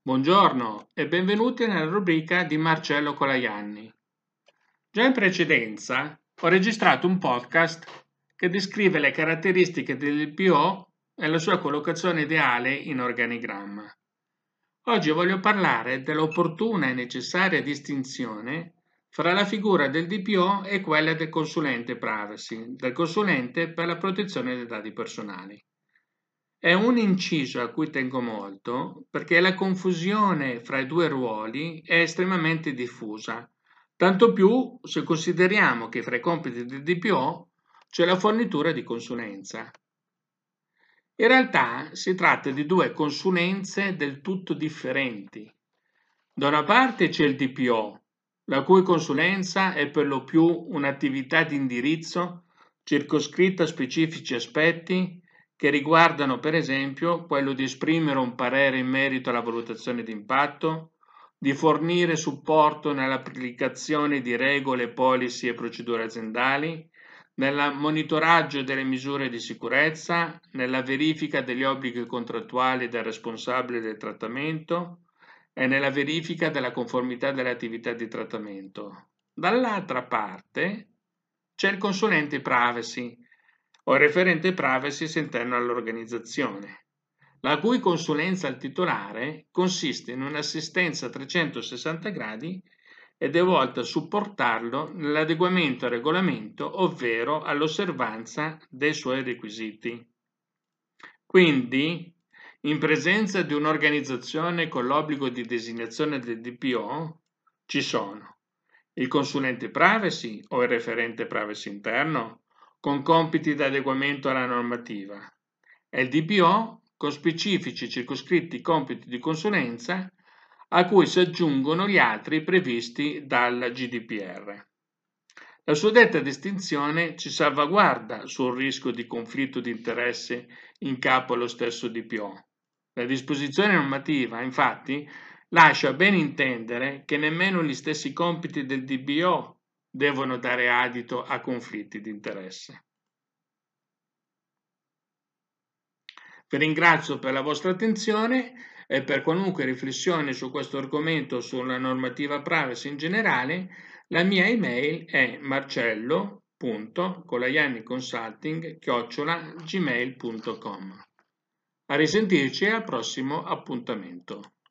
Buongiorno e benvenuti nella rubrica di Marcello Colaianni. Già in precedenza ho registrato un podcast che descrive le caratteristiche dell'IPO e la sua collocazione ideale in organigramma. Oggi voglio parlare dell'opportuna e necessaria distinzione fra la figura del DPO e quella del consulente privacy, del consulente per la protezione dei dati personali. È un inciso a cui tengo molto perché la confusione fra i due ruoli è estremamente diffusa, tanto più se consideriamo che fra i compiti del DPO c'è la fornitura di consulenza. In realtà si tratta di due consulenze del tutto differenti. Da una parte c'è il DPO, la cui consulenza è per lo più un'attività di indirizzo circoscritta a specifici aspetti che riguardano per esempio quello di esprimere un parere in merito alla valutazione di impatto, di fornire supporto nell'applicazione di regole, policy e procedure aziendali, nel monitoraggio delle misure di sicurezza, nella verifica degli obblighi contrattuali del responsabile del trattamento e nella verifica della conformità delle attività di trattamento. Dall'altra parte c'è il consulente privacy o il referente privacy all'interno dell'organizzazione, la cui consulenza al titolare consiste in un'assistenza a 360 gradi ed è volta a supportarlo nell'adeguamento al regolamento, ovvero all'osservanza dei suoi requisiti. Quindi, in presenza di un'organizzazione con l'obbligo di designazione del DPO, ci sono il consulente privacy o il referente privacy interno, con compiti di adeguamento alla normativa, e il DPO con specifici circoscritti compiti di consulenza a cui si aggiungono gli altri previsti dal GDPR. La suddetta distinzione ci salvaguarda sul rischio di conflitto di interesse in capo allo stesso DPO. La disposizione normativa, infatti, lascia ben intendere che nemmeno gli stessi compiti del DPO devono dare adito a conflitti di interesse. Vi ringrazio per la vostra attenzione e per qualunque riflessione su questo argomento, sulla normativa privacy in generale, la mia email è marcello.colaianniconsulting@gmail.com. A risentirci al prossimo appuntamento.